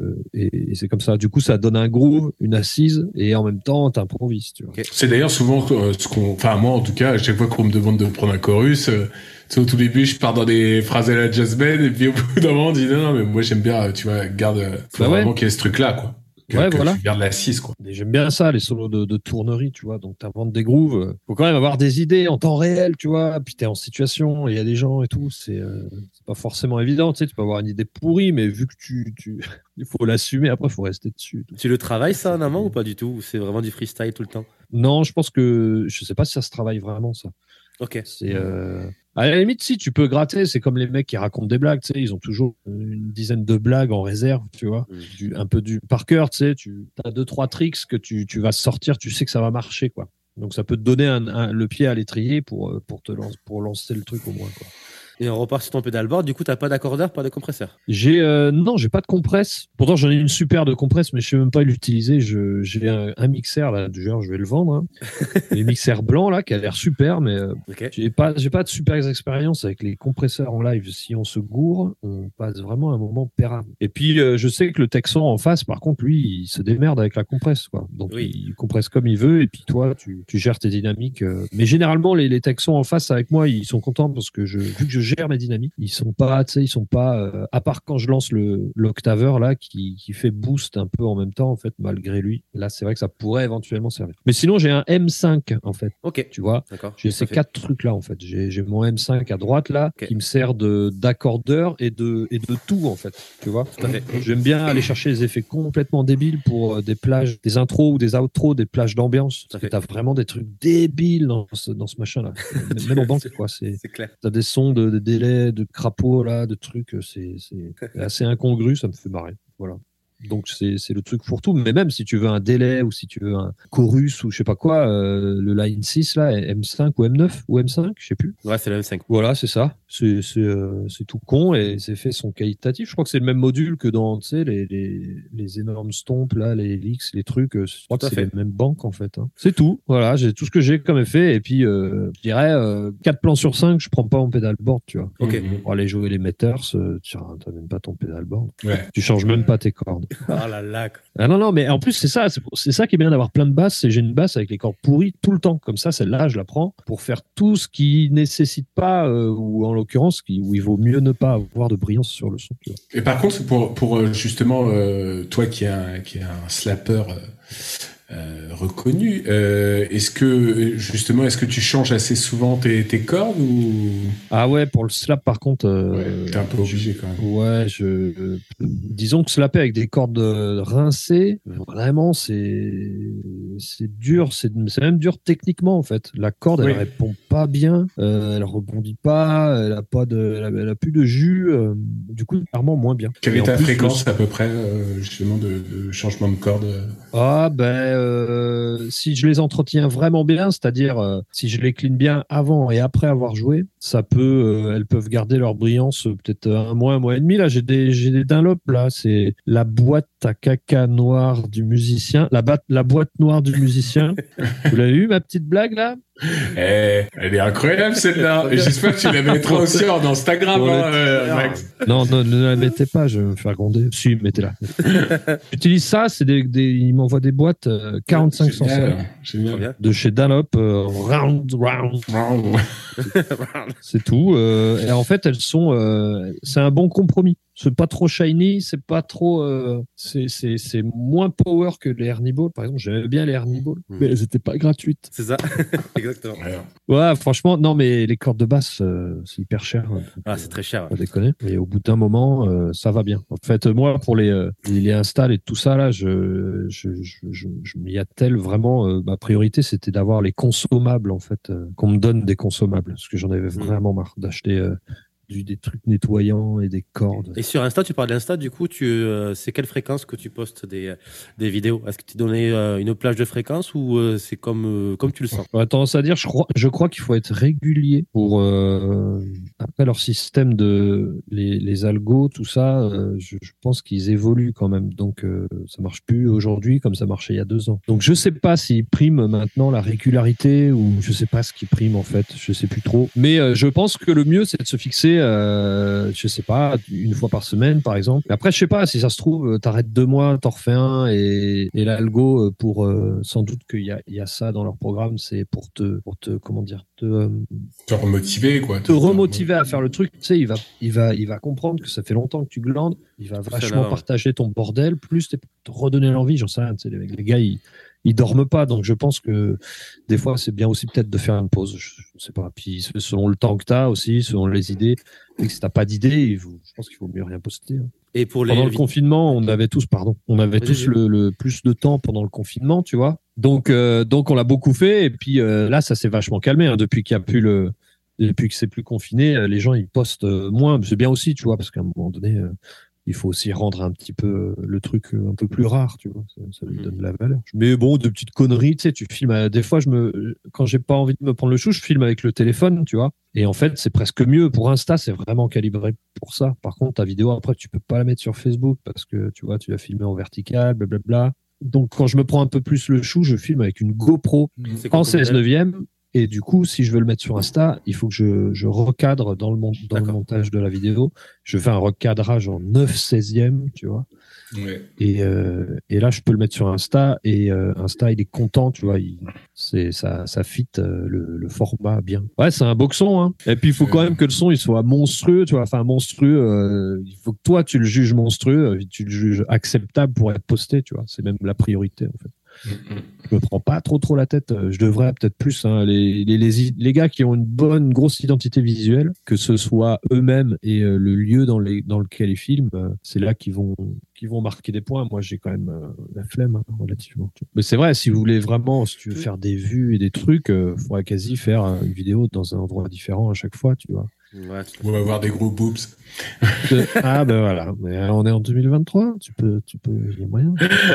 c'est comme ça. Du coup, ça donne un groove, une assise, et en même temps, t'improvises, tu vois. C'est d'ailleurs souvent enfin moi en tout cas, à chaque fois qu'on me demande de prendre un chorus. Au tout début, je pars dans des phrases à la jazz band, et puis au bout d'un moment, on dit non, mais moi j'aime bien, tu vois, faut vraiment qu'il y ait ce truc-là, quoi. Voilà. Tu gardes l'assise, quoi. Et j'aime bien ça, les solos de tournerie, tu vois. Donc, t'inventes des grooves. Faut quand même avoir des idées en temps réel, tu vois. Puis t'es en situation, il y a des gens et tout. C'est pas forcément évident, tu sais. Tu peux avoir une idée pourrie, mais vu que il faut l'assumer. Après, il faut rester dessus. Tu le travailles, ça, en amont ou pas du tout? Ou c'est vraiment du freestyle tout le temps? Non, je sais pas si ça se travaille vraiment, ça. Ok. C'est à la limite, si tu peux gratter, c'est comme les mecs qui racontent des blagues, tu sais, ils ont toujours une dizaine de blagues en réserve, tu vois, un peu du par cœur, tu sais, tu as 2-3 tricks que tu vas sortir, tu sais que ça va marcher, quoi. Donc ça peut te donner le pied à l'étrier pour lancer le truc au moins, quoi. Et on repart sur ton pédalboard, du coup, t'as pas d'accordeur, pas de compresseur? Non, j'ai pas de compresse. Pourtant, j'en ai une super de compresse, mais je sais même pas l'utiliser. J'ai un mixeur, là, du genre, je vais le vendre, hein. Les mixeurs blancs, là, qui a l'air super, mais j'ai pas de super expérience avec les compresseurs en live. Si on se gourre, on passe vraiment un moment pérable. Et puis, je sais que le Texan en face, par contre, lui, il se démerde avec la compresse, quoi. Donc, il compresse comme il veut, et puis toi, tu gères tes dynamiques. Mais généralement, les Texans en face avec moi, ils sont contents parce que vu que je gère mes dynamiques, ils sont pas à part quand je lance l'octaveur là qui fait boost un peu en même temps en fait malgré lui. Là, c'est vrai que ça pourrait éventuellement servir. Mais sinon, j'ai un M5 en fait. Ok. Tu vois, j'ai ces 4 trucs là en fait. J'ai mon M5 à droite là qui me sert d'accordeur et de tout en fait. Tu vois. Tout à fait. J'aime bien aller chercher des effets complètement débiles pour des plages, des intros ou des outros, des plages d'ambiance. Parce que t'as vraiment des trucs débiles dans ce machin là. Même en banque quoi. C'est clair. T'as des sons de délais, de crapauds là, de trucs. C'est assez incongru, ça me fait marrer. Voilà. Donc c'est le truc pour tout. Mais même si tu veux un délai ou si tu veux un chorus ou je sais pas quoi, le line 6 là, M5 ou M9 ou M5, je sais plus. Ouais, c'est le M5. Voilà, c'est ça. C'est tout con et ces effets sont qualitatifs. Je crois que c'est le même module que dans les énormes stompes là, les leaks, les trucs. Je crois que c'est les mêmes banques en fait. Hein. C'est tout. Voilà, j'ai tout ce que j'ai comme effet et puis je dirais 4 plans sur 5, je prends pas mon pédalboard, tu vois. Ok. Pour aller jouer les meters, tu n'as même pas ton pédalboard. Ouais. Tu changes même pas tes cordes. Oh là là. Ah non, mais en plus, c'est ça qui est bien d'avoir plein de basses. C'est j'ai une basse avec les cordes pourries tout le temps. Comme ça, celle-là, je la prends pour faire tout ce qui nécessite pas, ou en l'occurrence, où il vaut mieux ne pas avoir de brillance sur le son. Tu vois. Et par contre, pour justement, toi qui est un slapper reconnu, est-ce que tu changes assez souvent tes cordes ou... Ah ouais, pour le slap par contre, t'es un peu obligé quand même. Ouais, disons que slapper avec des cordes rincées, vraiment c'est dur, c'est même dur techniquement en fait. La corde elle répond pas bien, elle rebondit pas, elle a plus de jus, du coup clairement moins bien. Quelle est ta fréquence à peu près justement de changement de corde? Ah si je les entretiens vraiment bien, c'est-à-dire si je les clean bien avant et après avoir joué, elles peuvent garder leur brillance peut-être un mois et demi. Là, j'ai des Dunlop là, c'est la boîte à caca noire du musicien, la boîte noire du musicien. Vous l'avez vu ma petite blague là? Elle est incroyable celle-là. Et j'espère que tu la mettras aussi en Instagram, Max. Non, ne la mettez pas, je vais me faire gronder. Si, mettez-la. J'utilise ça, il m'envoie des boîtes 45 cents de chez Dunlop, round. C'est tout. Et en fait, elles sont. C'est un bon compromis. C'est pas trop shiny, c'est pas trop. C'est moins power que les Herniball, par exemple. J'aimais bien les Herniball, mais elles étaient pas gratuites. C'est ça, exactement. Ouais, franchement, non, mais les cordes de basse, c'est hyper cher. C'est très cher. Pas déconner. Et au bout d'un moment, ça va bien. En fait, moi, pour les installs et tout ça, là, je m'y attelle vraiment. Ma priorité, c'était d'avoir les consommables, en fait, qu'on me donne des consommables, parce que j'en avais vraiment marre d'acheter des trucs nettoyants et des cordes. Et sur Insta, tu parles d'Insta, du coup, c'est quelle fréquence que tu postes des vidéos? Est-ce que tu donnais une plage de fréquence ou c'est comme tu le sens? J'aurais tendance à dire, je crois qu'il faut être régulier pour après leur système de les algos, tout ça. Je pense qu'ils évoluent quand même, donc ça marche plus aujourd'hui comme ça marchait il y a 2 ans. Donc je sais pas s'ils priment maintenant la régularité ou je sais pas ce qu'ils priment en fait, je sais plus trop. Mais je pense que le mieux c'est de se fixer je sais pas, 1 fois par semaine, par exemple. Mais après, je sais pas, si ça se trouve, t'arrêtes 2 mois, t'en refais un, et l'algo, pour, sans doute qu'il y a ça dans leur programme, c'est pour te, comment dire, te remotiver, quoi. Te remotiver à faire le truc. Tu sais, il va comprendre que ça fait longtemps que tu glandes, il va vachement partager ton bordel, plus te redonner l'envie, j'en sais rien, tu sais, les gars, ils dorment pas, donc je pense que des fois c'est bien aussi peut-être de faire une pause, je sais pas, puis selon le temps que t'as aussi, selon les idées, et que si t'as pas d'idées, je pense qu'il faut mieux rien poster. Et pendant le confinement, on avait tous le plus de temps pendant le confinement, tu vois, donc on l'a beaucoup fait, et puis là ça s'est vachement calmé, hein, depuis que c'est plus confiné, les gens ils postent moins, c'est bien aussi, tu vois, parce qu'à un moment donné il faut aussi rendre un petit peu le truc un peu plus rare, tu vois. Ça lui donne de la valeur. Mais bon, de petites conneries, tu sais, tu filmes. Des fois, quand j'ai pas envie de me prendre le chou, je filme avec le téléphone, tu vois. Et en fait, c'est presque mieux. Pour Insta, c'est vraiment calibré pour ça. Par contre, ta vidéo, après, tu peux pas la mettre sur Facebook parce que, tu vois, tu l'as filmé en vertical, blablabla. Donc, quand je me prends un peu plus le chou, je filme avec une GoPro en 16/9. Et du coup, si je veux le mettre sur Insta, il faut que je recadre dans le montage de la vidéo. Je fais un recadrage en 9/16, tu vois. Ouais. Et là, je peux le mettre sur Insta. Et Insta, il est content, tu vois. Ça fit le format bien. Ouais, c'est un beau son, hein. Et puis, il faut quand même que le son, il soit monstrueux, tu vois. Enfin, monstrueux. Il faut que toi, tu le juges monstrueux. Tu le juges acceptable pour être posté, tu vois. C'est même la priorité, en fait. Je me prends pas trop la tête. Je devrais peut-être plus, hein, les gars qui ont une grosse identité visuelle, que ce soit eux-mêmes et le lieu dans lequel ils filment, c'est là qu'ils vont marquer des points. Moi, j'ai quand même la flemme, hein, relativement. Mais c'est vrai, si tu veux faire des vues et des trucs, faudrait quasi faire une vidéo dans un endroit différent à chaque fois, tu vois. Ouais, on va avoir des gros boobs. Ah ben voilà, mais on est en 2023, tu peux, il y a moyen.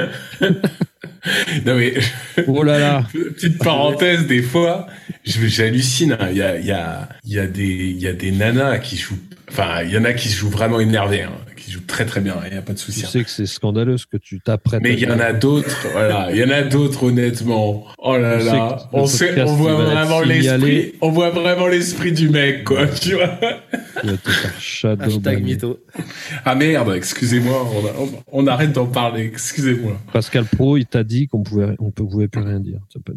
Non mais, oh là là. Petite parenthèse, des fois, j'hallucine. Il y a des nanas qui jouent. Enfin, il y en a qui se jouent vraiment énervés, hein, qui jouent très très bien. Il y a pas de souci. Tu sais que c'est scandaleux ce que tu t'apprêtes. Mais il y en a d'autres. Voilà, il y en a d'autres honnêtement. Oh là là, on voit vraiment l'esprit du mec, quoi. Tu vois. Hashtag mytho. Ah merde, excusez-moi, on arrête d'en parler, excusez-moi. Pascal Pro, il t'a dit qu'on pouvait plus rien dire. Ça peut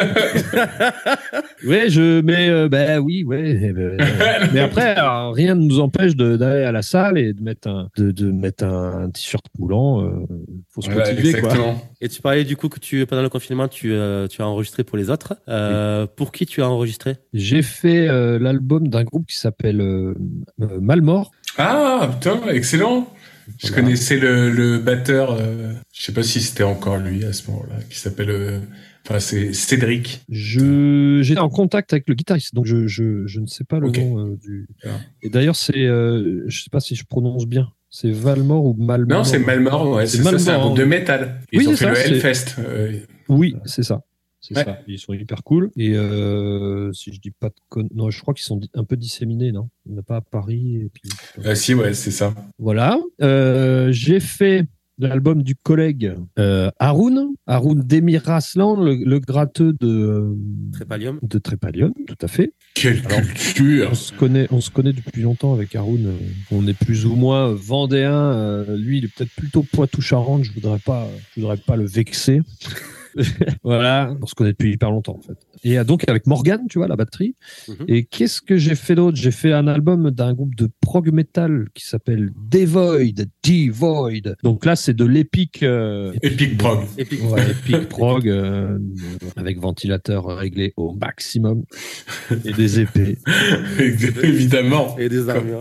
dire. Ouais, oui, ouais. Mais après, alors, rien ne nous empêche d'aller à la salle et de mettre un t-shirt moulant. Faut se motiver, quoi. Et tu parlais du coup que pendant le confinement, tu as enregistré pour les autres. Pour qui tu as enregistré? J'ai fait l'album d'un groupe qui s'appelle Malmort. Ah putain, excellent. Je connaissais le batteur, je sais pas si c'était encore lui à ce moment-là, qui s'appelle, c'est Cédric. J'étais en contact avec le guitariste, donc je ne sais pas le nom du. Et d'ailleurs, je sais pas si je prononce bien. C'est Valmort ou Malmort? Non, c'est Malmort, ouais, c'est ça, c'est un groupe de métal. Ils ont fait le Hellfest. Oui, c'est ça. C'est ça. Ils sont hyper cool. Et si je dis pas de non, je crois qu'ils sont un peu disséminés, non? Il n'y en a pas à Paris. Et puis... si, ouais, c'est ça. Voilà. J'ai fait l'album du collègue Haroun Demir Aslan, le gratteux de Trépalium, tout à fait. Quelle culture! On se connaît depuis longtemps avec Haroun. On est plus ou moins vendéen. Lui, il est peut-être plutôt Poitou-Charentes. Je voudrais pas le vexer. Voilà, on se connaît depuis hyper longtemps en fait. Et donc avec Morgan, tu vois, la batterie. Et qu'est-ce que j'ai fait d'autre? J'ai fait un album d'un groupe de prog metal qui s'appelle Devoid. Donc là, c'est de l'épique Epic prog. Epic prog avec ventilateur réglé au maximum et des épées. Évidemment. Et des armures.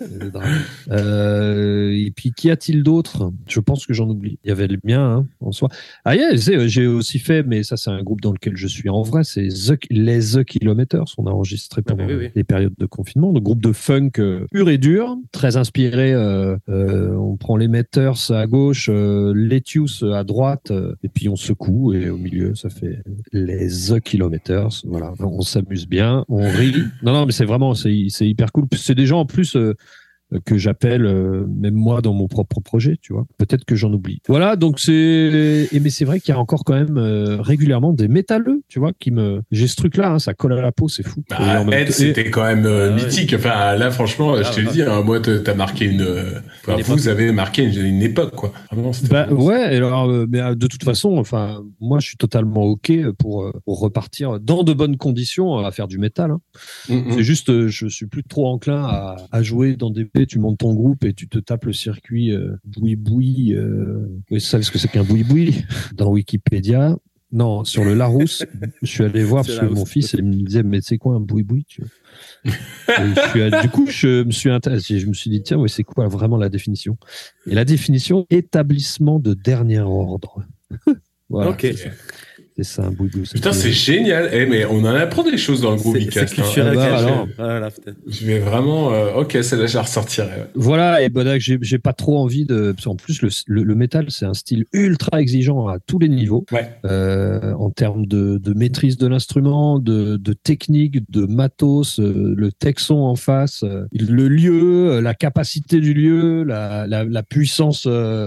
Et puis qui a-t-il d'autre? Je pense que j'en oublie. Il y avait le mien hein, en soi. Ah yeah, j'ai aussi fait, mais ça c'est un groupe dans lequel je suis en vrai, c'est les The Kilometers. On a enregistré pendant les périodes de confinement. Le groupe de funk pur et dur, très inspiré. On prend les Meters à gauche, Lettuce à droite, et puis on secoue et au milieu ça fait les The Kilometers. Voilà, on s'amuse bien, on rit. Non mais c'est vraiment c'est hyper cool. C'est des gens en plus. Que j'appelle même moi dans mon propre projet, tu vois. Peut-être que j'en oublie. Voilà, donc mais c'est vrai qu'il y a encore quand même régulièrement des métalleux, tu vois, j'ai ce truc-là, hein, ça colle à la peau, c'est fou. Ed, c'était quand même mythique. Enfin, là, franchement, je te le dis, hein, moi, t'as marqué vous avez marqué une époque, quoi. Vraiment, ouais, alors, mais de toute façon, enfin, moi, je suis totalement OK pour repartir dans de bonnes conditions à faire du métal. Hein. C'est juste, je suis plus trop enclin à jouer dans des tu montes ton groupe et tu te tapes le circuit boui-boui. Vous savez ce que c'est qu'un boui-boui? Dans Wikipédia. Non, sur le Larousse, je suis allé voir parce que mon fils il me disait mais c'est quoi un boui-boui tu vois. Du coup, je me suis dit tiens, ouais, c'est quoi vraiment la définition? Et la définition, établissement de dernier ordre. Voilà. Ok. C'est ça, un boui-boui. Putain, c'est génial. Mais on en apprend des choses dans le groupe Bicast. C'est culturel. Je vais vraiment... ok, celle-là, je la ressortirai. Ouais. Voilà, et ben j'ai pas trop envie de... En plus, le métal, c'est un style ultra exigeant à tous les niveaux. Ouais. En termes de maîtrise de l'instrument, de technique, de matos, le texon en face, le lieu, la capacité du lieu, la puissance,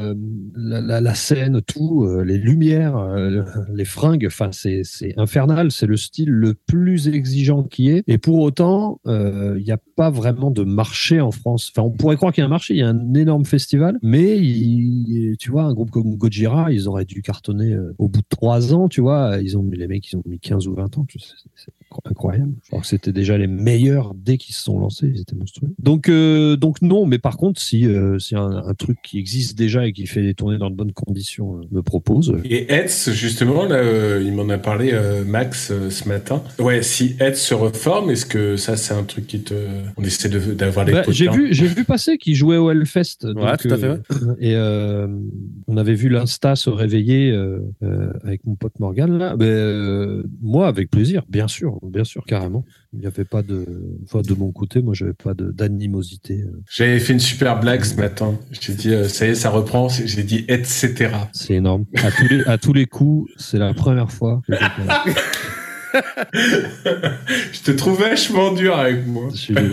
la scène, tout, les lumières, les fringues. Enfin, c'est infernal. C'est le style le plus exigeant qui est. Et pour autant, il n'y a pas vraiment de marché en France. Enfin, on pourrait croire qu'il y a un marché. Il y a un énorme festival, mais tu vois, un groupe comme Gojira, ils auraient dû cartonner au bout de 3 ans. Tu vois, les mecs, ils ont mis 15 ou 20 ans. C'est incroyable. Je crois que c'était déjà les meilleurs dès qu'ils se sont lancés. Ils étaient monstrueux. Donc non. Mais par contre, si un truc qui existe déjà et qui fait des tournées dans de bonnes conditions me propose. Et Hetz, justement, là, il m'en a parlé Max ce matin. Ouais, si Hetz se reforme, est-ce que ça c'est un truc on essaie d'avoir les j'ai vu passer qu'il jouait au Hellfest. Ouais, tout à fait. Ouais. Et on avait vu l'Insta se réveiller avec mon pote Morgan là. Moi, avec plaisir, bien sûr, carrément. Il n'y avait pas de mon côté, moi j'avais pas d'animosité. J'avais fait une super blague ce matin. J'ai dit ça y est, ça reprend. J'ai dit etc. C'est énorme. À tous les coups, c'est la première fois. Je te trouve vachement dur avec moi.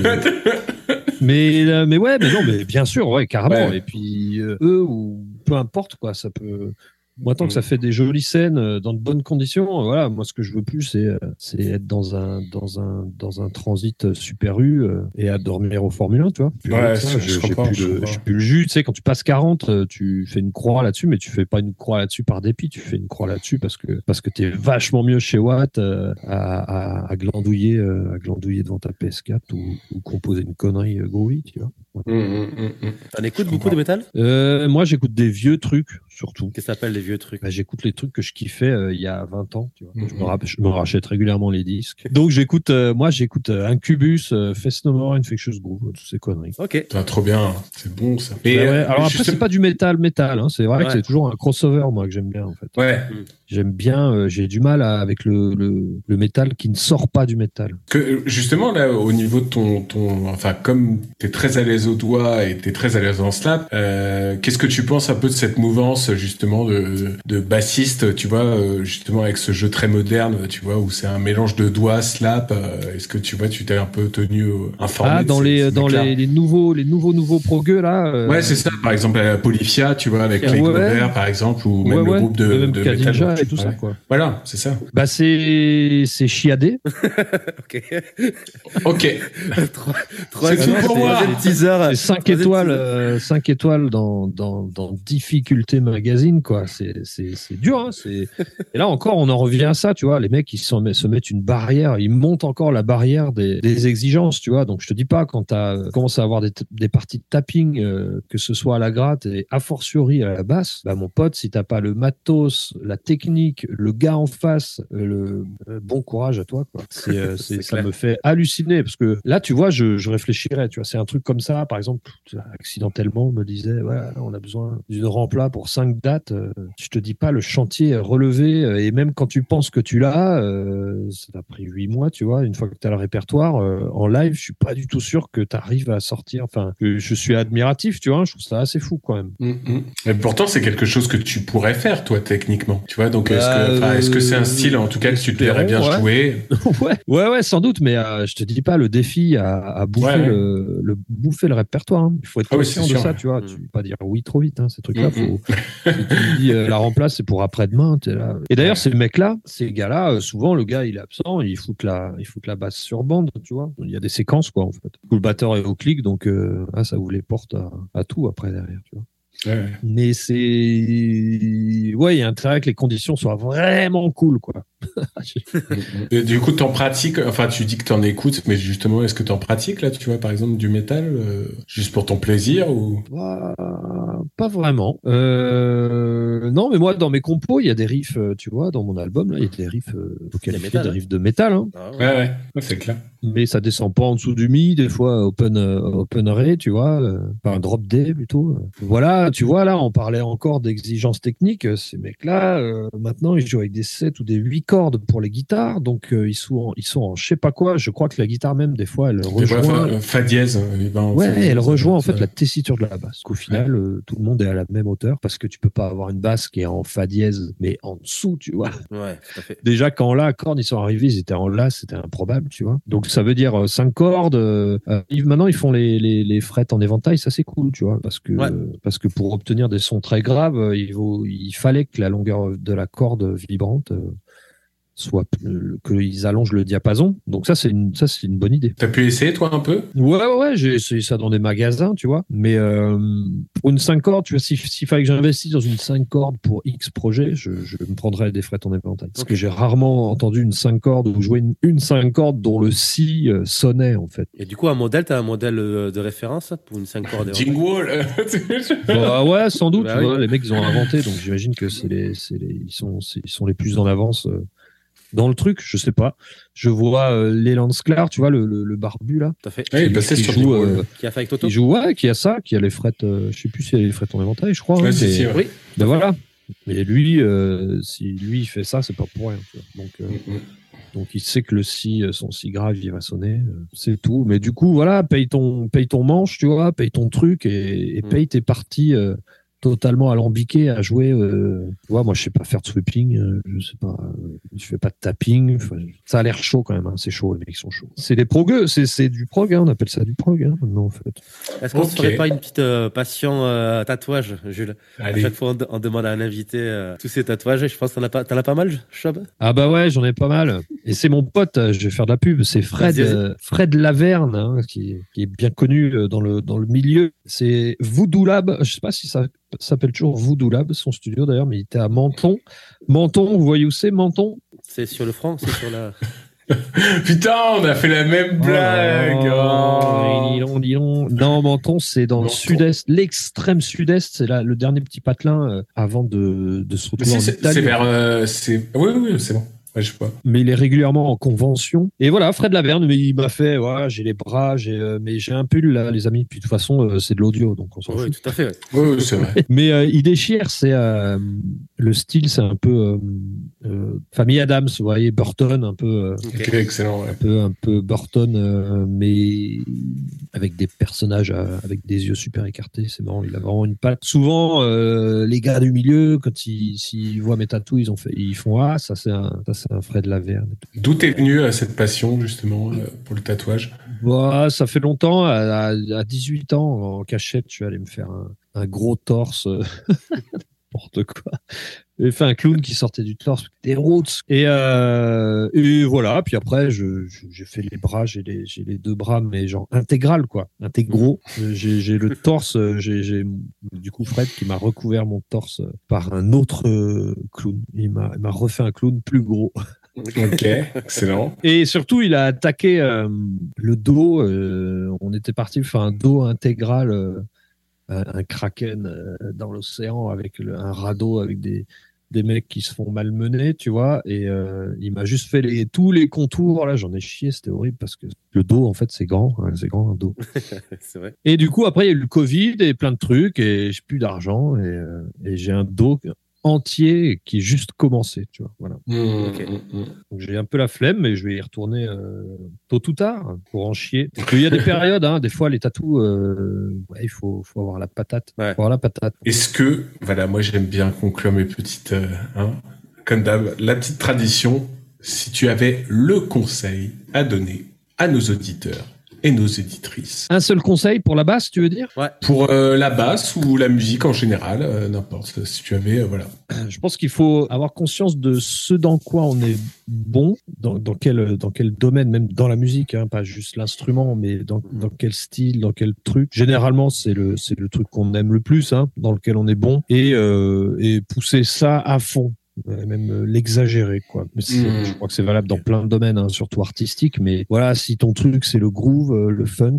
mais non, mais bien sûr, ouais, carrément. Ouais. Et puis eux ou peu importe quoi, ça peut. Moi, tant que ça fait des jolies scènes dans de bonnes conditions, voilà. Moi, ce que je veux plus, c'est être dans un transit Super U et à dormir au Formule 1, tu vois. Puis, ouais, j'ai plus le jus. Tu sais, quand tu passes 40, tu fais une croix là-dessus, mais tu fais pas une croix là-dessus par dépit. Tu fais une croix là-dessus parce que t'es vachement mieux chez Watt à glandouiller devant ta PS4 ou composer une connerie groovy, tu vois. T'en écoutes beaucoup de métal? Moi, j'écoute des vieux trucs, surtout. Qu'est-ce que s'appelle les vieux trucs? J'écoute les trucs que je kiffais il y a 20 ans, tu vois. Je me rachète régulièrement les disques. Donc, j'écoute Incubus, Fest No More, Infectious Groove, toutes ces conneries. Ok. Trop bien. C'est bon, ça. Et alors après, c'est pas du métal, hein. C'est vrai que c'est toujours un crossover, moi, que j'aime bien, en fait. Ouais. J'aime bien, j'ai du mal avec le métal qui ne sort pas du métal. Que, justement, là, au niveau de ton enfin, comme t'es très à l'aise au doigt et t'es très à l'aise en slap, qu'est-ce que tu penses un peu de cette mouvance tendance justement de bassiste, tu vois, justement avec ce jeu très moderne, tu vois, où c'est un mélange de doigts, slap. Est-ce que tu vois, tu t'es un peu tenu informé? Ah, dans les nouveaux progueux là. Ouais, c'est ça. Par exemple, Polyphia, tu vois, avec Clay Gobert, par exemple, ou même le groupe de Ninja et tout ça, quoi. Voilà, c'est ça. Bah c'est chiadé. Ok. C'est tout pour moi. C'est 5 étoiles, 5 étoiles dans Difficulté Magazine, quoi. C'est dur, hein. Et là encore, on en revient à ça, tu vois. Les mecs, ils se mettent une barrière, ils montent encore la barrière des exigences, tu vois. Donc, je te dis pas, quand t'as commencé à avoir des parties de tapping, que ce soit à la gratte et a fortiori à la basse, bah, mon pote, si t'as pas le matos, la technique, le gars en face, bon courage à toi, quoi. Ça me fait halluciner parce que là, tu vois, je réfléchirais, tu vois. C'est un truc comme ça, par exemple, accidentellement, on me disait, ouais, on a besoin d'une rempla pour 5 dates. Je te dis pas, le chantier est relevé, et même quand tu penses que tu l'as, ça t'a pris 8 mois, tu vois. Une fois que tu as le répertoire, en live, je suis pas du tout sûr que tu arrives à sortir. Enfin, je suis admiratif, tu vois. Je trouve ça assez fou, quand même. Et pourtant, c'est quelque chose que tu pourrais faire, toi, techniquement. Tu vois, donc, est-ce que c'est un style, en tout cas, que tu te verrais bien jouer? ouais, sans doute, mais je te dis pas le défi à bouffer bouffer le répertoire, hein. Il faut être conscient de ça, tu vois. Tu peux pas dire oui trop vite, hein, ces trucs-là. Si tu dis la remplace, c'est pour après-demain, t'es là. Et d'ailleurs, ces mecs-là, ces gars-là, souvent, le gars, il est absent, il fout la basse sur bande, tu vois. Il y a des séquences, quoi, en fait. Le batteur est au clic, donc ça ouvre les portes à tout après, derrière, tu vois. Mais il y a intérêt que les conditions soient vraiment cool, quoi. Et du coup, t'en pratiques, enfin, tu dis que t'en écoutes, mais justement, est-ce que t'en pratiques, là, tu vois, par exemple, du métal, juste pour ton plaisir, ou? Pas vraiment. Non, mais moi, dans mes compos, il y a des riffs, tu vois, dans mon album, là, il y a des riffs, des riffs de métal, hein. Ouais, c'est clair. Mais ça descend pas en dessous du mi, des fois open ray, tu vois, un drop D plutôt. Voilà, tu vois, là, on parlait encore d'exigences techniques. Ces mecs-là, maintenant, ils jouent avec des 7 ou des 8 cordes pour les guitares, donc ils sont en je sais pas quoi. Je crois que la guitare même, des fois, elle rejoint. Fa dièse. Elle rejoint en fait la tessiture de la basse. Qu'au final, tout le monde est à la même hauteur parce que tu peux pas avoir une basse qui est en fa dièse, mais en dessous, tu vois. Ouais, tout à fait. Déjà, quand la corde, ils sont arrivés, ils étaient en la, c'était improbable, tu vois. Donc, ça veut dire 5 cordes. Maintenant, ils font les frettes en éventail, ça c'est cool, tu vois, parce que pour obtenir des sons très graves, il fallait que la longueur de la corde vibrante soit qu'ils allongent le diapason. Donc ça c'est une bonne idée. T'as pu essayer toi un peu? Ouais, j'ai essayé ça dans des magasins, tu vois. Mais pour une 5 cordes, tu vois, s'il fallait que j'investisse dans une 5 cordes pour X projet, je me prendrais des frettes en éventail. Parce que j'ai rarement entendu une 5 cordes ou jouer une 5 cordes dont le si sonnait en fait. Et du coup, t'as un modèle de référence pour une 5 cordes? Jingwall. Ouais, sans doute. Tu vois, les mecs ils ont inventé, donc j'imagine que ils sont les plus en avance. Dans le truc, je sais pas. Je vois Leland Sklar, tu vois, le barbu là. Tout à fait. Il passait sur joue, qui a fait avec Toto. Qui joue, qui a ça, qui a les frettes. Je sais plus s'il y a les frettes en éventail, je crois. Ouais, hein, oui. Ben voilà. Mais lui, si lui il fait ça, c'est pas pour rien. Tu vois. Donc il sait que le si, son si grave, il va sonner. C'est tout. Mais du coup, voilà, paye ton manche, tu vois, paye ton truc et paye tes parties. Totalement alambiqué à jouer. Tu vois, moi, je sais pas faire de sweeping, je sais pas, je fais pas de tapping. Ça a l'air chaud quand même. Hein, c'est chaud, les mecs sont chauds. C'est des progueux, c'est du prog. Hein, on appelle ça du prog. Hein, maintenant, en fait. Est-ce qu'on ne ferait pas une petite passion tatouage, Jules? Allez. À chaque fois, on demande à un invité tous ces tatouages. Je pense que t'en as pas mal, Chob? Ah bah ouais, j'en ai pas mal. Et c'est mon pote. Je vais faire de la pub. C'est Fred Laverne, hein, qui est bien connu dans le milieu. C'est Voodoo Lab. Je sais pas si ça s'appelle toujours Voodoo Lab, son studio d'ailleurs, mais il était à Menton. Menton, vous voyez où c'est, Menton? C'est sur le front, c'est sur la... Putain, on a fait la même blague. Non, Menton, c'est dans le sud-est, l'extrême sud-est, c'est le dernier petit patelin avant de se retrouver en Italie. C'est vers... Oui, c'est bon. Ouais, je vois. Mais il est régulièrement en convention. Et voilà, Fred Laverne, mais il m'a fait, ouais, j'ai les bras, mais j'ai un pull là, les amis. Puis de toute façon, c'est de l'audio, donc on s'en Oui, fout. tout à fait. Ouais. Oui, c'est vrai. Mais il déchire, c'est le style, c'est un peu famille Adams, vous voyez, Burton, un peu. Ok, excellent. Ouais. Un peu Burton, mais avec des personnages avec des yeux super écartés. C'est marrant, il a vraiment une patte. Souvent, les gars du milieu, quand s'ils voient mes tatous, ils font ah, ça c'est un Fred Laverne. D'où t'es venu cette passion justement pour le tatouage? Bah, ça fait longtemps. À 18 ans, en cachette, je suis allé me faire un gros torse. N'importe quoi. J'ai fait un clown qui sortait du torse, des roots. Et voilà. Puis après, j'ai fait les bras. J'ai les 2 bras, mais genre intégral, quoi. Intégraux. J'ai le torse. J'ai du coup Fred qui m'a recouvert mon torse par un autre clown. Il m'a refait un clown plus gros. Ok, excellent. Et surtout, il a attaqué le dos. On était parti faire un dos intégral. Un kraken dans l'océan avec un radeau avec des mecs qui se font malmener, tu vois, et il m'a juste fait tous les contours, là, j'en ai chié, c'était horrible parce que le dos, en fait, c'est grand un dos. C'est vrai. Et du coup, après, il y a eu le Covid et plein de trucs, et j'ai plus d'argent, et j'ai un dos entier qui est juste commencé, tu vois, voilà. Ok. Donc j'ai un peu la flemme, mais je vais y retourner tôt ou tard pour en chier. Parce qu'il y a des périodes, des fois les tatous, il faut avoir la patate. Ouais. Faut avoir la patate. Est-ce que, voilà, moi j'aime bien conclure mes petites, comme d'hab, la petite tradition, si tu avais le conseil à donner à nos auditeurs et nos éditrices. Un seul conseil pour la basse, tu veux dire? Ouais. Pour la basse ou la musique en général, n'importe, si tu avais, voilà. Je pense qu'il faut avoir conscience de ce dans quoi on est bon, dans quel domaine, même dans la musique, pas juste l'instrument, mais dans quel style, dans quel truc. Généralement, c'est le truc qu'on aime le plus, dans lequel on est bon, et pousser ça à fond. Même l'exagérer, quoi. Mais je crois que c'est valable dans plein de domaines, surtout artistiques, mais voilà, si ton truc c'est le groove, le funk,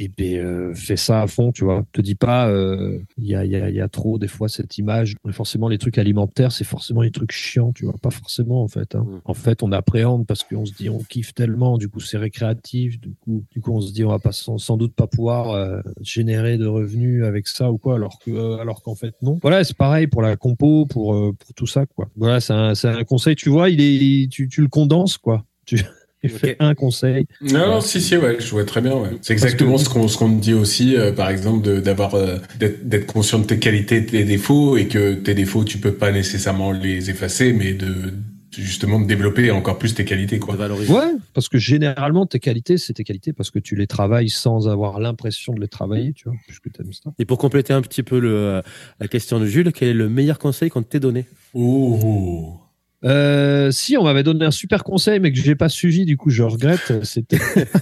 fais ça à fond, tu vois. Te dis pas il y a trop des fois cette image, forcément les trucs alimentaires, c'est forcément les trucs chiants, tu vois, pas forcément en fait. En fait, on appréhende parce qu'on se dit on kiffe tellement, du coup c'est récréatif, du coup on se dit on va pas sans doute pas pouvoir générer de revenus avec ça ou quoi, alors qu'en fait non. Voilà, c'est pareil pour la compo, pour tout ça, quoi. Voilà, c'est un conseil, tu vois, tu le condenses, quoi. Tu fais un conseil. Non, si, ouais, je vois très bien, ouais. C'est exactement ce qu'on me dit aussi, par exemple, d'être conscient de tes qualités et de tes défauts, et que tes défauts, tu peux pas nécessairement les effacer, mais justement de développer encore plus tes qualités, quoi. De valoriser. Ouais, parce que généralement, tes qualités, c'est tes qualités parce que tu les travailles sans avoir l'impression de les travailler, tu vois, puisque t'aimes ça. Et pour compléter un petit peu la question de Jules, quel est le meilleur conseil qu'on t'ait donné? Oh. Si, on m'avait donné un super conseil, mais que j'ai pas suivi, du coup, je regrette. C'était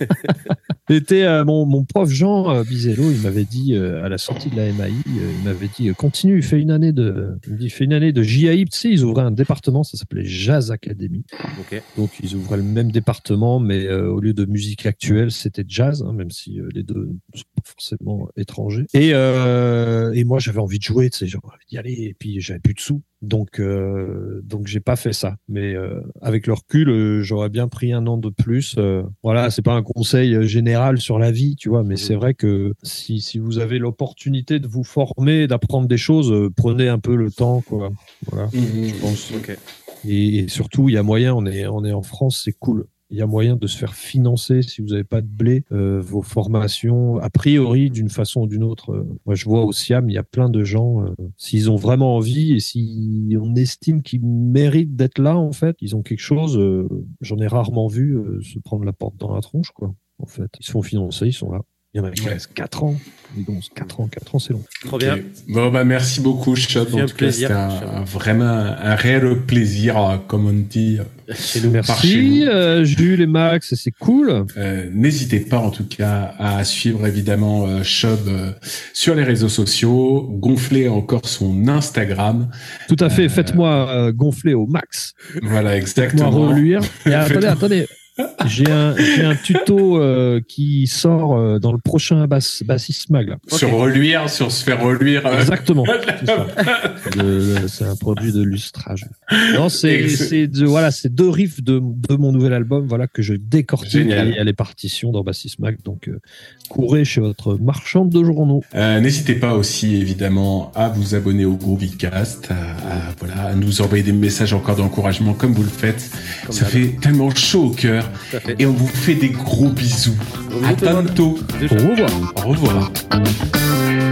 mon prof Jean Bizello, il m'avait dit à la sortie de la MAI, il m'avait dit continue, fais une année de JAI. Tu sais, ils ouvraient un département, ça s'appelait Jazz Academy. Okay. Donc ils ouvraient le même département, mais au lieu de musique actuelle, c'était jazz, même si les deux sont pas forcément étrangers. Et moi, j'avais envie de jouer, tu sais, j'avais envie d'y aller, et puis j'avais plus de sous. Donc j'ai pas fait ça, mais avec le recul, j'aurais bien pris un an de plus. Voilà, c'est pas un conseil général sur la vie, tu vois, mais c'est vrai que si vous avez l'opportunité de vous former, d'apprendre des choses, prenez un peu le temps, quoi. Voilà, je pense. Okay. Et surtout, il y a moyen. On est en France, c'est cool. Il y a moyen de se faire financer, si vous n'avez pas de blé, vos formations, a priori, d'une façon ou d'une autre. Moi, je vois au SIAM, il y a plein de gens, s'ils ont vraiment envie et si on estime qu'ils méritent d'être là, en fait, ils ont quelque chose, j'en ai rarement vu se prendre la porte dans la tronche, quoi. En fait, ils se font financer, ils sont là. Il y en a qui restent 4 ans. Mais bon, 4 ans, c'est long. Trop bien. Bon, merci beaucoup, Chop. En tout cas, c'était vraiment un réel plaisir, comme on dit. Chez nous. Merci, Jules et Max, c'est cool. N'hésitez pas, en tout cas, à suivre, évidemment, Chop sur les réseaux sociaux. Gonfler encore son Instagram. Tout à fait. Faites-moi gonfler au max. Voilà, exactement. Faites-moi reluire. Et attendez. J'ai un tuto qui sort dans le prochain Bassiste Mag. Là. Sur reluire, sur se faire reluire. Exactement. C'est un produit de lustrage. Non, c'est deux riffs de mon nouvel album, voilà, que je décortique. Génial. Il y a les partitions dans Bassiste Mag, donc courez chez votre marchand de journaux. N'hésitez pas aussi évidemment à vous abonner au groupe Vidcast, à nous envoyer des messages encore d'encouragement comme vous le faites. Ça fait tellement chaud au cœur et on vous fait des gros bisous. À bientôt. Au revoir. Au revoir.